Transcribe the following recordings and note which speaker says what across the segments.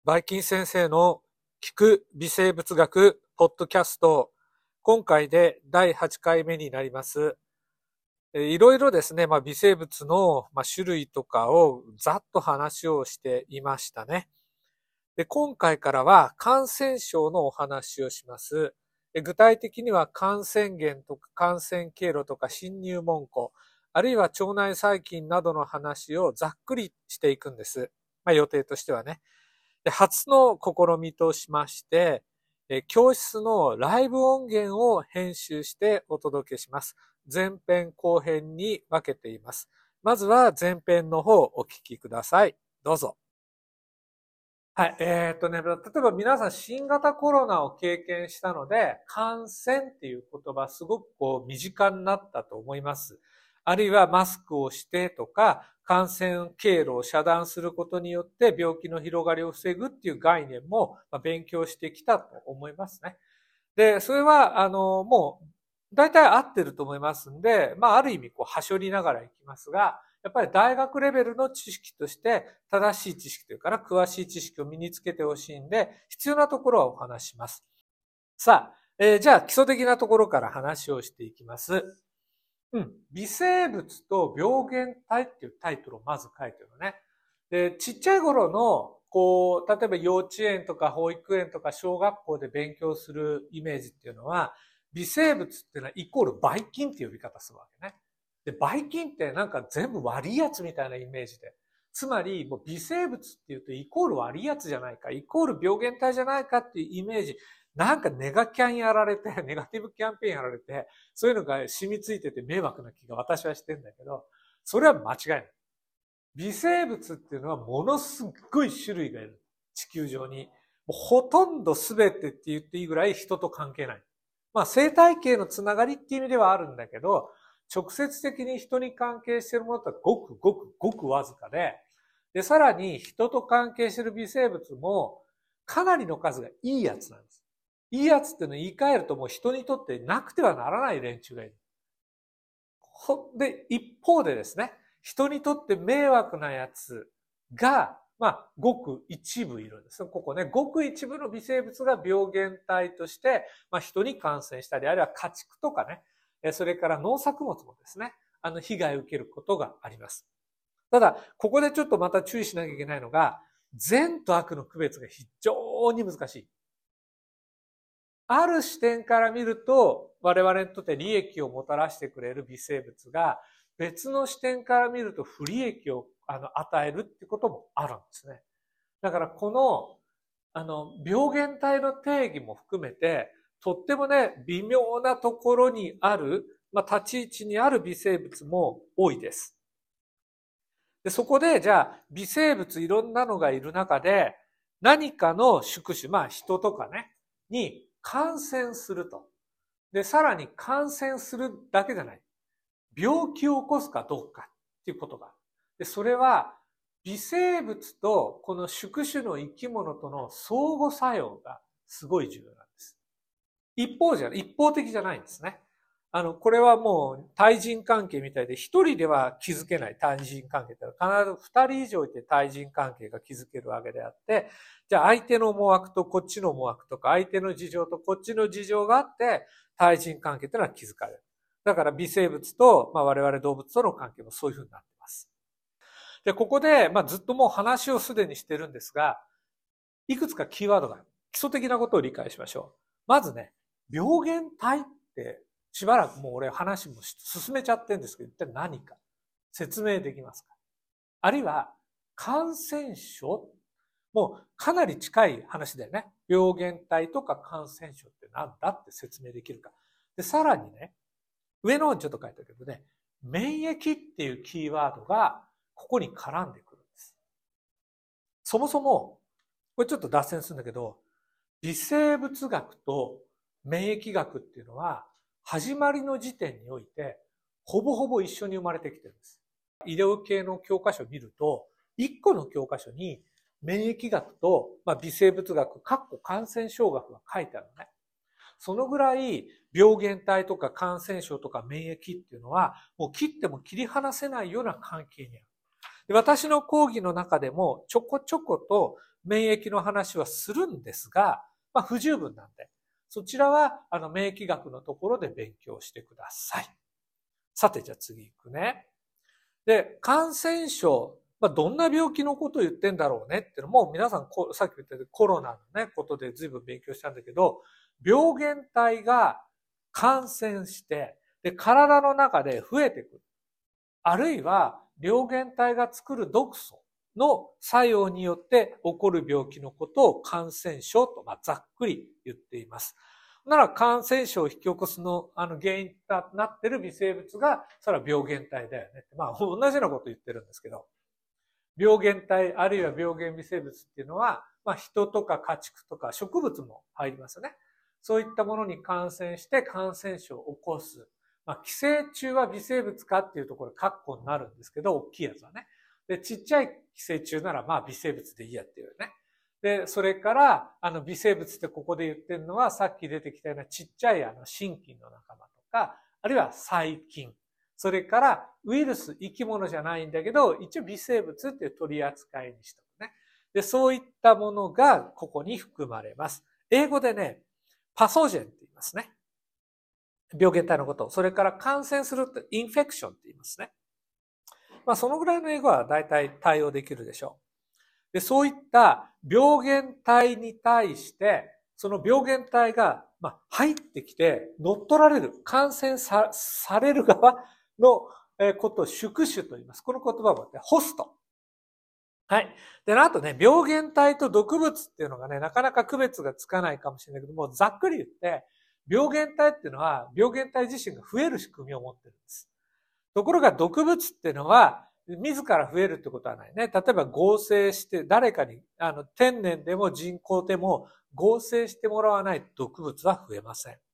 Speaker 1: バイキン先生の聞く微生物学ポッドキャスト、今回で第8回目になります。いろいろですね、微生物の種類とかをざっと話をしていましたね。で、今回からは感染症のお話をします。具体的には感染源とか感染経路とか侵入門戸、あるいは腸内細菌などの話をざっくりしていくんです。予定としてはね。で、初の試みとしまして、教室のライブ音源を編集してお届けします。前編後編に分けています。まずは前編の方お聞きください。どうぞ。はい。例えば皆さん新型コロナを経験したので、感染っていう言葉すごく身近になったと思います。あるいはマスクをしてとか、感染経路を遮断することによって病気の広がりを防ぐっていう概念も勉強してきたと思いますね。で、それは、もう、大体合ってると思いますんで、ある意味、はしょりながらいきますが、やっぱり大学レベルの知識として、正しい知識というか詳しい知識を身につけてほしいんで、必要なところはお話します。さあ、じゃあ基礎的なところから話をしていきます。微生物と病原体っていうタイトルをまず書いてるのね。で、ちっちゃい頃の、例えば幼稚園とか保育園とか小学校で勉強するイメージっていうのは、微生物っていうのはイコールばい菌っていう呼び方するわけね。で、ばい菌ってなんか全部悪いやつみたいなイメージで。つまり、もう微生物っていうとイコール悪いやつじゃないか、イコール病原体じゃないかっていうイメージ。なんかネガキャンやられて、ネガティブキャンペーンやられて、そういうのが染みついてて迷惑な気が私はしてんだけど、それは間違いない。微生物っていうのはものすっごい種類がいる。地球上に。もうほとんど全てって言っていいぐらい人と関係ない。生態系のつながりっていう意味ではあるんだけど、直接的に人に関係しているものとはごくごくごくわずかで、さらに人と関係している微生物もかなりの数がいいやつなんです。いいやつっていうのを言い換えるともう人にとってなくてはならない連中がいる。で、一方でですね、人にとって迷惑なやつが、ごく一部いるんです。ここね、ごく一部の微生物が病原体として、人に感染したり、あるいは家畜とかね、それから農作物もですね、被害を受けることがあります。ただ、ここでちょっとまた注意しなきゃいけないのが、善と悪の区別が非常に難しい。ある視点から見ると、我々にとって利益をもたらしてくれる微生物が、別の視点から見ると不利益を与えるってこともあるんですね。だからこの、病原体の定義も含めて、とってもね、微妙なところにある、立ち位置にある微生物も多いです。で、そこで、じゃあ、微生物いろんなのがいる中で、何かの宿主、人とかね、に感染すると。で、さらに感染するだけじゃない。病気を起こすかどうかっていうことが。で、それは、微生物とこの宿主の生き物との相互作用がすごい重要なんです。一方的じゃないんですね。これはもう対人関係みたいで、一人では築けない対人関係ってのは必ず二人以上いて対人関係が築けるわけであって、じゃあ相手の思惑とこっちの思惑とか、相手の事情とこっちの事情があって、対人関係ってのは築かれる。だから微生物と、我々動物との関係もそういうふうになっています。で、ここで、ずっともう話をすでにしてるんですが、いくつかキーワードがある。基礎的なことを理解しましょう。まずね、病原体ってしばらくもう俺話も進めちゃってるんですけど、一体何か説明できますか？あるいは感染症、もうかなり近い話だよね。病原体とか感染症って何だって説明できるか。で、さらにね、上の方にちょっと書いてあるけどね、免疫っていうキーワードがここに絡んでくるんです。そもそも、これちょっと脱線するんだけど、微生物学と免疫学っていうのは、始まりの時点において、ほぼほぼ一緒に生まれてきてるんです。医療系の教科書を見ると、一個の教科書に免疫学と、微生物学、感染症学が書いてあるのね。そのぐらい病原体とか感染症とか免疫っていうのは、もう切っても切り離せないような関係にある。で、私の講義の中でもちょこちょこと免疫の話はするんですが、不十分なんで、そちらは免疫学のところで勉強してください。さて、じゃあ次行くね。で、感染症、どんな病気のことを言ってんだろうねっていうのも、皆さんさっき言ったコロナのね、ことで随分勉強したんだけど、病原体が感染して、で、体の中で増えてくる。あるいは、病原体が作る毒素の作用によって起こる病気のことを感染症と、ざっくり言っています。なら感染症を引き起こす原因となっている微生物が、それは病原体だよね。同じようなこと言ってるんですけど、病原体あるいは病原微生物っていうのは、人とか家畜とか植物も入りますよね。そういったものに感染して感染症を起こす。寄生虫は微生物かっていうところ、カッコになるんですけど、大きいやつはね。で、ちっちゃい寄生虫なら微生物でいいやっていうね。で、それから、微生物ってここで言ってるのは、さっき出てきたようなちっちゃい真菌の仲間とか、あるいは細菌。それから、ウイルス、生き物じゃないんだけど、一応微生物っていう取り扱いにしておくね。で、そういったものがここに含まれます。英語でね、パソジェンって言いますね。病原体のこと。それから感染するとインフェクションって言いますね。そのぐらいの英語は大体対応できるでしょう。で、そういった病原体に対して、その病原体が、入ってきて乗っ取られる、感染される側のことを宿主と言います。この言葉もホスト。はい。で、あとね、病原体と毒物っていうのがね、なかなか区別がつかないかもしれないけども、ざっくり言って、病原体っていうのは、病原体自身が増える仕組みを持ってるんです。ところが毒物っていうのは、自ら増えるってことはないね。例えば合成して、誰かに、天然でも人工でも合成してもらわない毒物は増えません。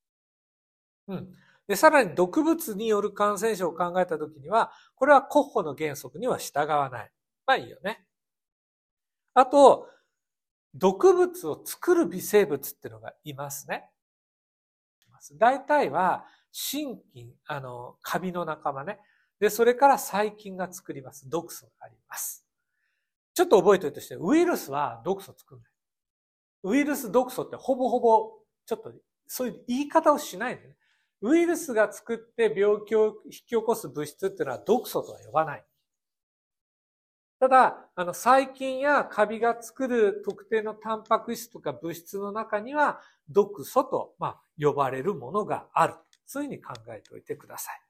Speaker 1: で、さらに毒物による感染症を考えたときには、これはコッホの原則には従わない。いいよね。あと、毒物を作る微生物っていうのがいますね。大体は、真菌、カビの仲間ね。で、それから細菌が作ります。毒素があります。ちょっと覚えておいてほしい。ウイルスは毒素作んない。ウイルス毒素ってほぼほぼ、ちょっと、そういう言い方をしないでね。ウイルスが作って病気を引き起こす物質っていうのは毒素とは呼ばない。ただ、細菌やカビが作る特定のタンパク質とか物質の中には、毒素と、呼ばれるものがある。そういうふうに考えておいてください。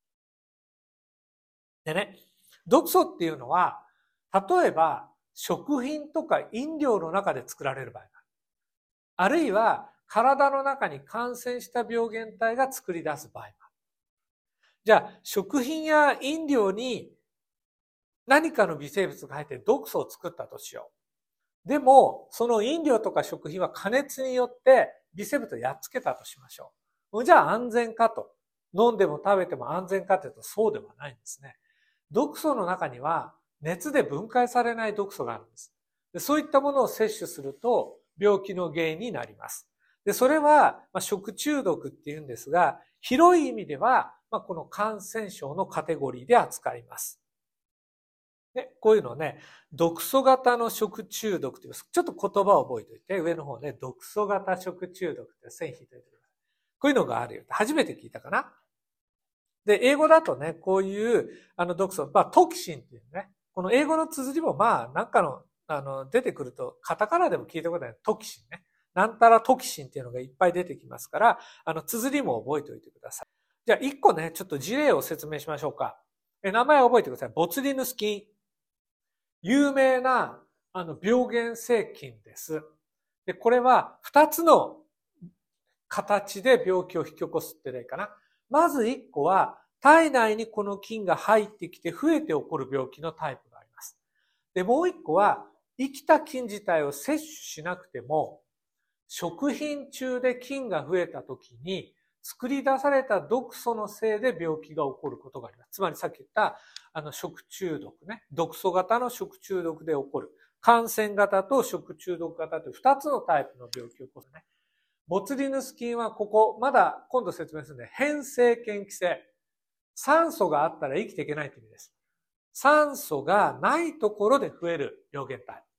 Speaker 1: でね、毒素っていうのは、例えば、食品とか飲料の中で作られる場合がある。あるいは、体の中に感染した病原体が作り出す場合がある。じゃあ、食品や飲料に何かの微生物が入って毒素を作ったとしよう。でも、その飲料とか食品は加熱によって微生物をやっつけたとしましょう。じゃあ安全かと。飲んでも食べても安全かというとそうではないんですね。毒素の中には熱で分解されない毒素があるんです。でそういったものを摂取すると病気の原因になります。でそれは、食中毒っていうんですが、広い意味では、この感染症のカテゴリーで扱います。でこういうのをね、毒素型の食中毒と言います。ちょっと言葉を覚えておいて、上の方ね、毒素型食中毒って線引いておいてください。こういうのがあるよ。初めて聞いたかな。で、英語だとね、こういう、毒素、トキシンっていうね、この英語の綴りもなんかの、出てくると、カタカナでも聞いたことないトキシンね。なんたらトキシンっていうのがいっぱい出てきますから、綴りも覚えておいてください。じゃあ、一個ね、ちょっと事例を説明しましょうか。名前を覚えてください。ボツリヌス菌。有名な、病原性菌です。で、これは、二つの形で病気を引き起こすって例かな。まず一個は、体内にこの菌が入ってきて増えて起こる病気のタイプがあります。で、もう一個は、生きた菌自体を摂取しなくても、食品中で菌が増えた時に、作り出された毒素のせいで病気が起こることがあります。つまりさっき言った、食中毒ね。毒素型の食中毒で起こる。感染型と食中毒型という二つのタイプの病気を起こすね。ボツリヌス菌はここ、まだ今度説明するんで、変性嫌気性。酸素があったら生きていけないという意味です。酸素がないところで増える病原体。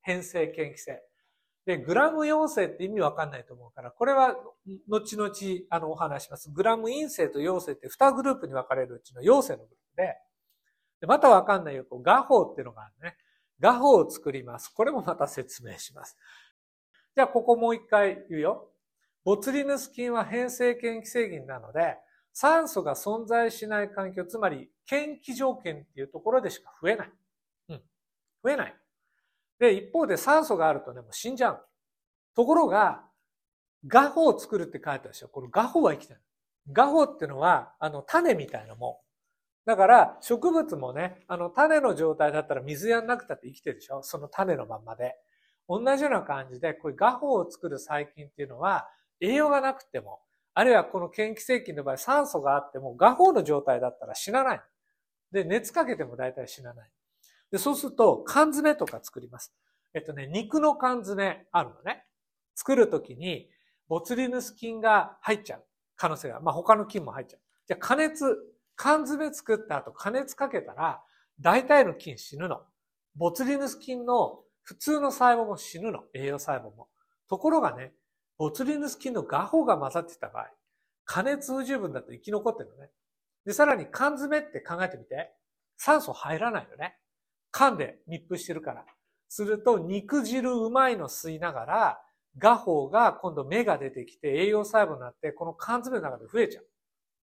Speaker 1: 変性嫌気性。で、グラム陽性って意味わかんないと思うから、これは後々お話します。グラム陰性と陽性って2グループに分かれるうちの陽性のグループで、またわかんないよ。画法っていうのがあるね。画法を作ります。これもまた説明します。じゃあ、ここもう一回言うよ。ボツリヌス菌は変性嫌気性菌なので、酸素が存在しない環境、つまり嫌気条件っていうところでしか増えない。増えない。で、一方で酸素があるとね、もう死んじゃう。ところが、画法を作るって書いてあるでしょ。この画法は生きてる。画法っていうのは、種みたいなもん。だから、植物もね、種の状態だったら水やんなくたって生きてるでしょ。その種のまんまで。同じような感じで、こういう画法を作る細菌っていうのは、栄養がなくても、あるいはこの嫌気性菌の場合、酸素があっても、画法の状態だったら死なない。で、熱かけても大体死なない。で、そうすると、缶詰とか作ります。肉の缶詰あるのね。作るときに、ボツリヌス菌が入っちゃう可能性が、他の菌も入っちゃう。じゃあ缶詰作った後加熱かけたら、大体の菌死ぬの。ボツリヌス菌の普通の細胞も死ぬの。栄養細胞も。ところがね、ボツリヌス菌の画法が混ざってた場合、加熱不十分だと生き残ってるのね。で、さらに缶詰って考えてみて。酸素入らないよね。缶で密封してるから。すると、肉汁うまいの吸いながら、画法が今度芽が出てきて栄養細胞になって、この缶詰の中で増えちゃう。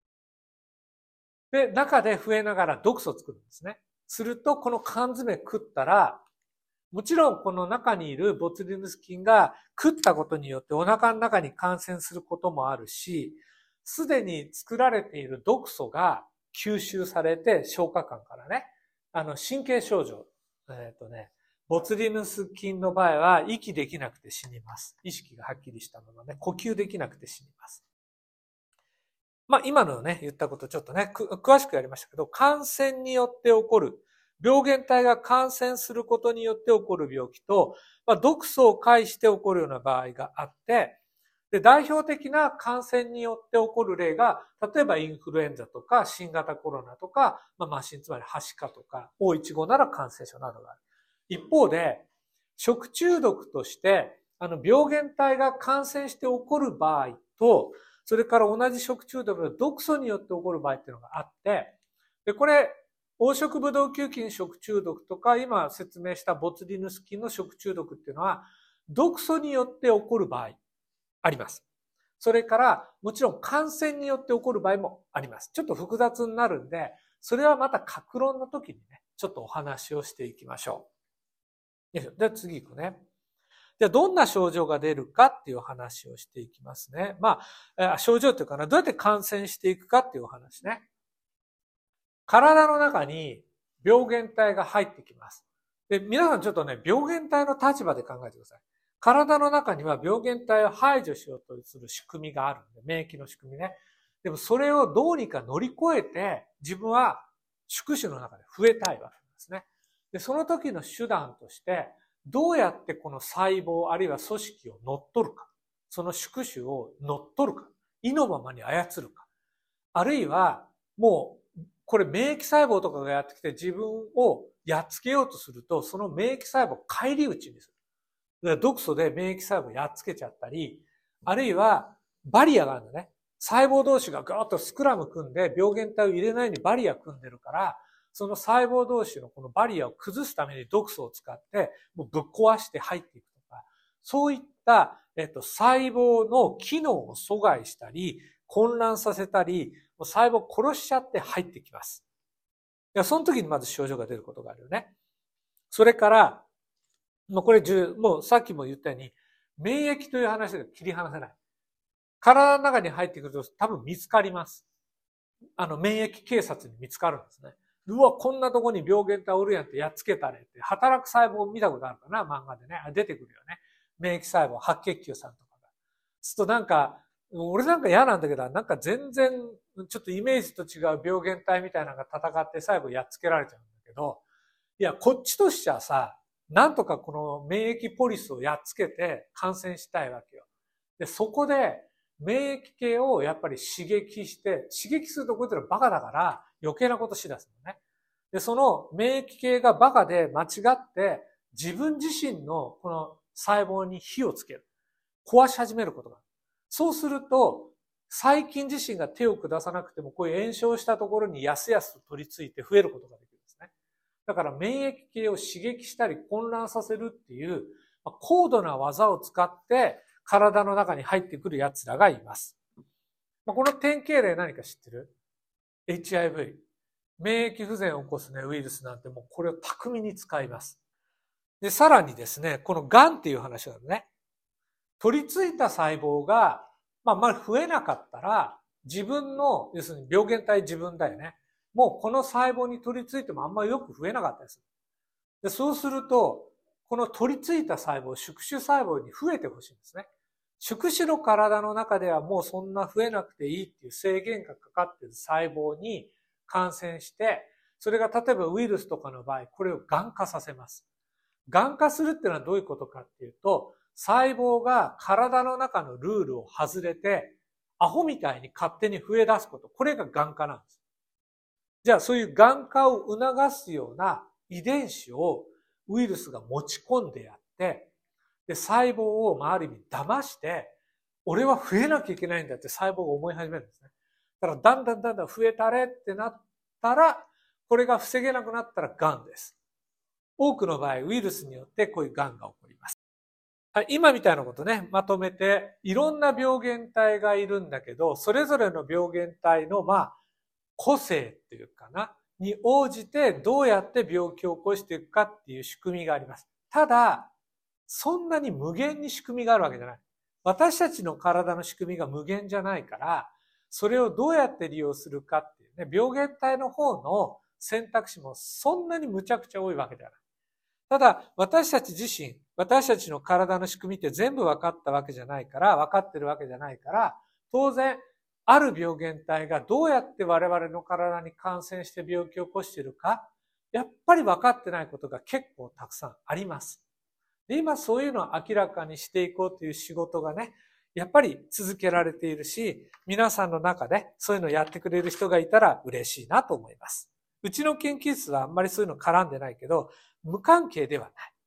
Speaker 1: で、中で増えながら毒素を作るんですね。すると、この缶詰食ったら、もちろんこの中にいるボツリヌス菌が食ったことによってお腹の中に感染することもあるし、すでに作られている毒素が吸収されて消化管からね、神経症状、ボツリヌス菌の場合は息できなくて死にます。意識がはっきりしたままね、呼吸できなくて死にます。今のね、言ったことちょっとね、詳しくやりましたけど、感染によって起こる、病原体が感染することによって起こる病気と、毒素を介して起こるような場合があって、で、代表的な感染によって起こる例が、例えばインフルエンザとか、新型コロナとか、麻疹、つまりはしかとか、O15なら感染症などがある。一方で、食中毒として、病原体が感染して起こる場合と、それから同じ食中毒の毒素によって起こる場合っていうのがあって、で、これ、黄色ブドウ球菌食中毒とか、今説明したボツリヌス菌の食中毒っていうのは、毒素によって起こる場合、あります。それから、もちろん感染によって起こる場合もあります。ちょっと複雑になるんで、それはまた各論の時にね、ちょっとお話をしていきましょう。では次行くね。じゃあどんな症状が出るかっていう話をしていきますね。症状っていうかな、どうやって感染していくかっていうお話ね。体の中に病原体が入ってきます。で、皆さんちょっとね、病原体の立場で考えてください。体の中には病原体を排除しようとする仕組みがあるんで、免疫の仕組みね。でもそれをどうにか乗り越えて、自分は宿主の中で増えたいわけですね。で、その時の手段として、どうやってこの細胞あるいは組織を乗っ取るか、その宿主を乗っ取るか、意のままに操るか、あるいはもうこれ免疫細胞とかがやってきて自分をやっつけようとすると、その免疫細胞を返り討ちにする。毒素で免疫細胞をやっつけちゃったり、あるいはバリアがあるんだね。細胞同士がガーッとスクラム組んで病原体を入れないようにバリア組んでるから、その細胞同士のこのバリアを崩すために毒素を使って、もうぶっ壊して入っていくとか、そういった、細胞の機能を阻害したり、混乱させたり、細胞を殺しちゃって入ってきます。その時にまず症状が出ることがあるよね。それから、もうさっきも言ったように、免疫という話が切り離せない。体の中に入ってくると多分見つかります。免疫警察に見つかるんですね。うわ、こんなとこに病原体おるやんってやっつけたれって、働く細胞見たことあるかな、漫画でね。出てくるよね。免疫細胞、白血球さんとかが。するとなんか、俺なんか嫌なんだけど、なんか全然、ちょっとイメージと違う病原体みたいなのが戦って最後やっつけられちゃうんだけど、いや、こっちとしてはさ、なんとかこの免疫ポリスをやっつけて感染したいわけよ。で、そこで免疫系をやっぱり刺激して、刺激するとこいつらバカだから余計なことしだすのね。で、その免疫系がバカで間違って自分自身のこの細胞に火をつける。壊し始めることがある。そうすると、細菌自身が手を下さなくても、こういう炎症したところにやすやすと取り付いて増えることができるんですね。だから免疫系を刺激したり混乱させるっていう、高度な技を使って体の中に入ってくる奴らがいます。この典型例何か知ってる？ HIV。免疫不全を起こすね、ウイルスなんてもうこれを巧みに使います。で、さらにですね、この癌っていう話なのね。取り付いた細胞が、あんまり増えなかったら、自分の、要するに病原体自分だよね。もうこの細胞に取り付いてもあんまりよく増えなかったです。で、そうすると、この取り付いた細胞、宿主細胞に増えてほしいんですね。宿主の体の中ではもうそんな増えなくていいっていう制限がかかっている細胞に感染して、それが例えばウイルスとかの場合、これを癌化させます。癌化するっていうのはどういうことかっていうと、細胞が体の中のルールを外れて、アホみたいに勝手に増え出すこと。これが癌化なんです。じゃあそういう癌化を促すような遺伝子をウイルスが持ち込んでやって、で、細胞をある意味騙して、俺は増えなきゃいけないんだって細胞が思い始めるんですね。だからだんだん増えたれってなったら、これが防げなくなったら癌です。多くの場合、ウイルスによってこういう癌が起こります。今みたいなことね、まとめて、いろんな病原体がいるんだけど、それぞれの病原体の、個性っていうかな、に応じてどうやって病気を起こしていくかっていう仕組みがあります。ただ、そんなに無限に仕組みがあるわけじゃない。私たちの体の仕組みが無限じゃないから、それをどうやって利用するかっていうね、病原体の方の選択肢もそんなにむちゃくちゃ多いわけではない。ただ、私たち自身、私たちの体の仕組みって全部分かったわけじゃないから、分かってるわけじゃないから、当然、ある病原体がどうやって我々の体に感染して病気を起こしているか、やっぱり分かってないことが結構たくさんあります。で、今そういうのを明らかにしていこうという仕事がね、やっぱり続けられているし、皆さんの中でそういうのをやってくれる人がいたら嬉しいなと思います。うちの研究室はあんまりそういうの絡んでないけど、無関係ではない。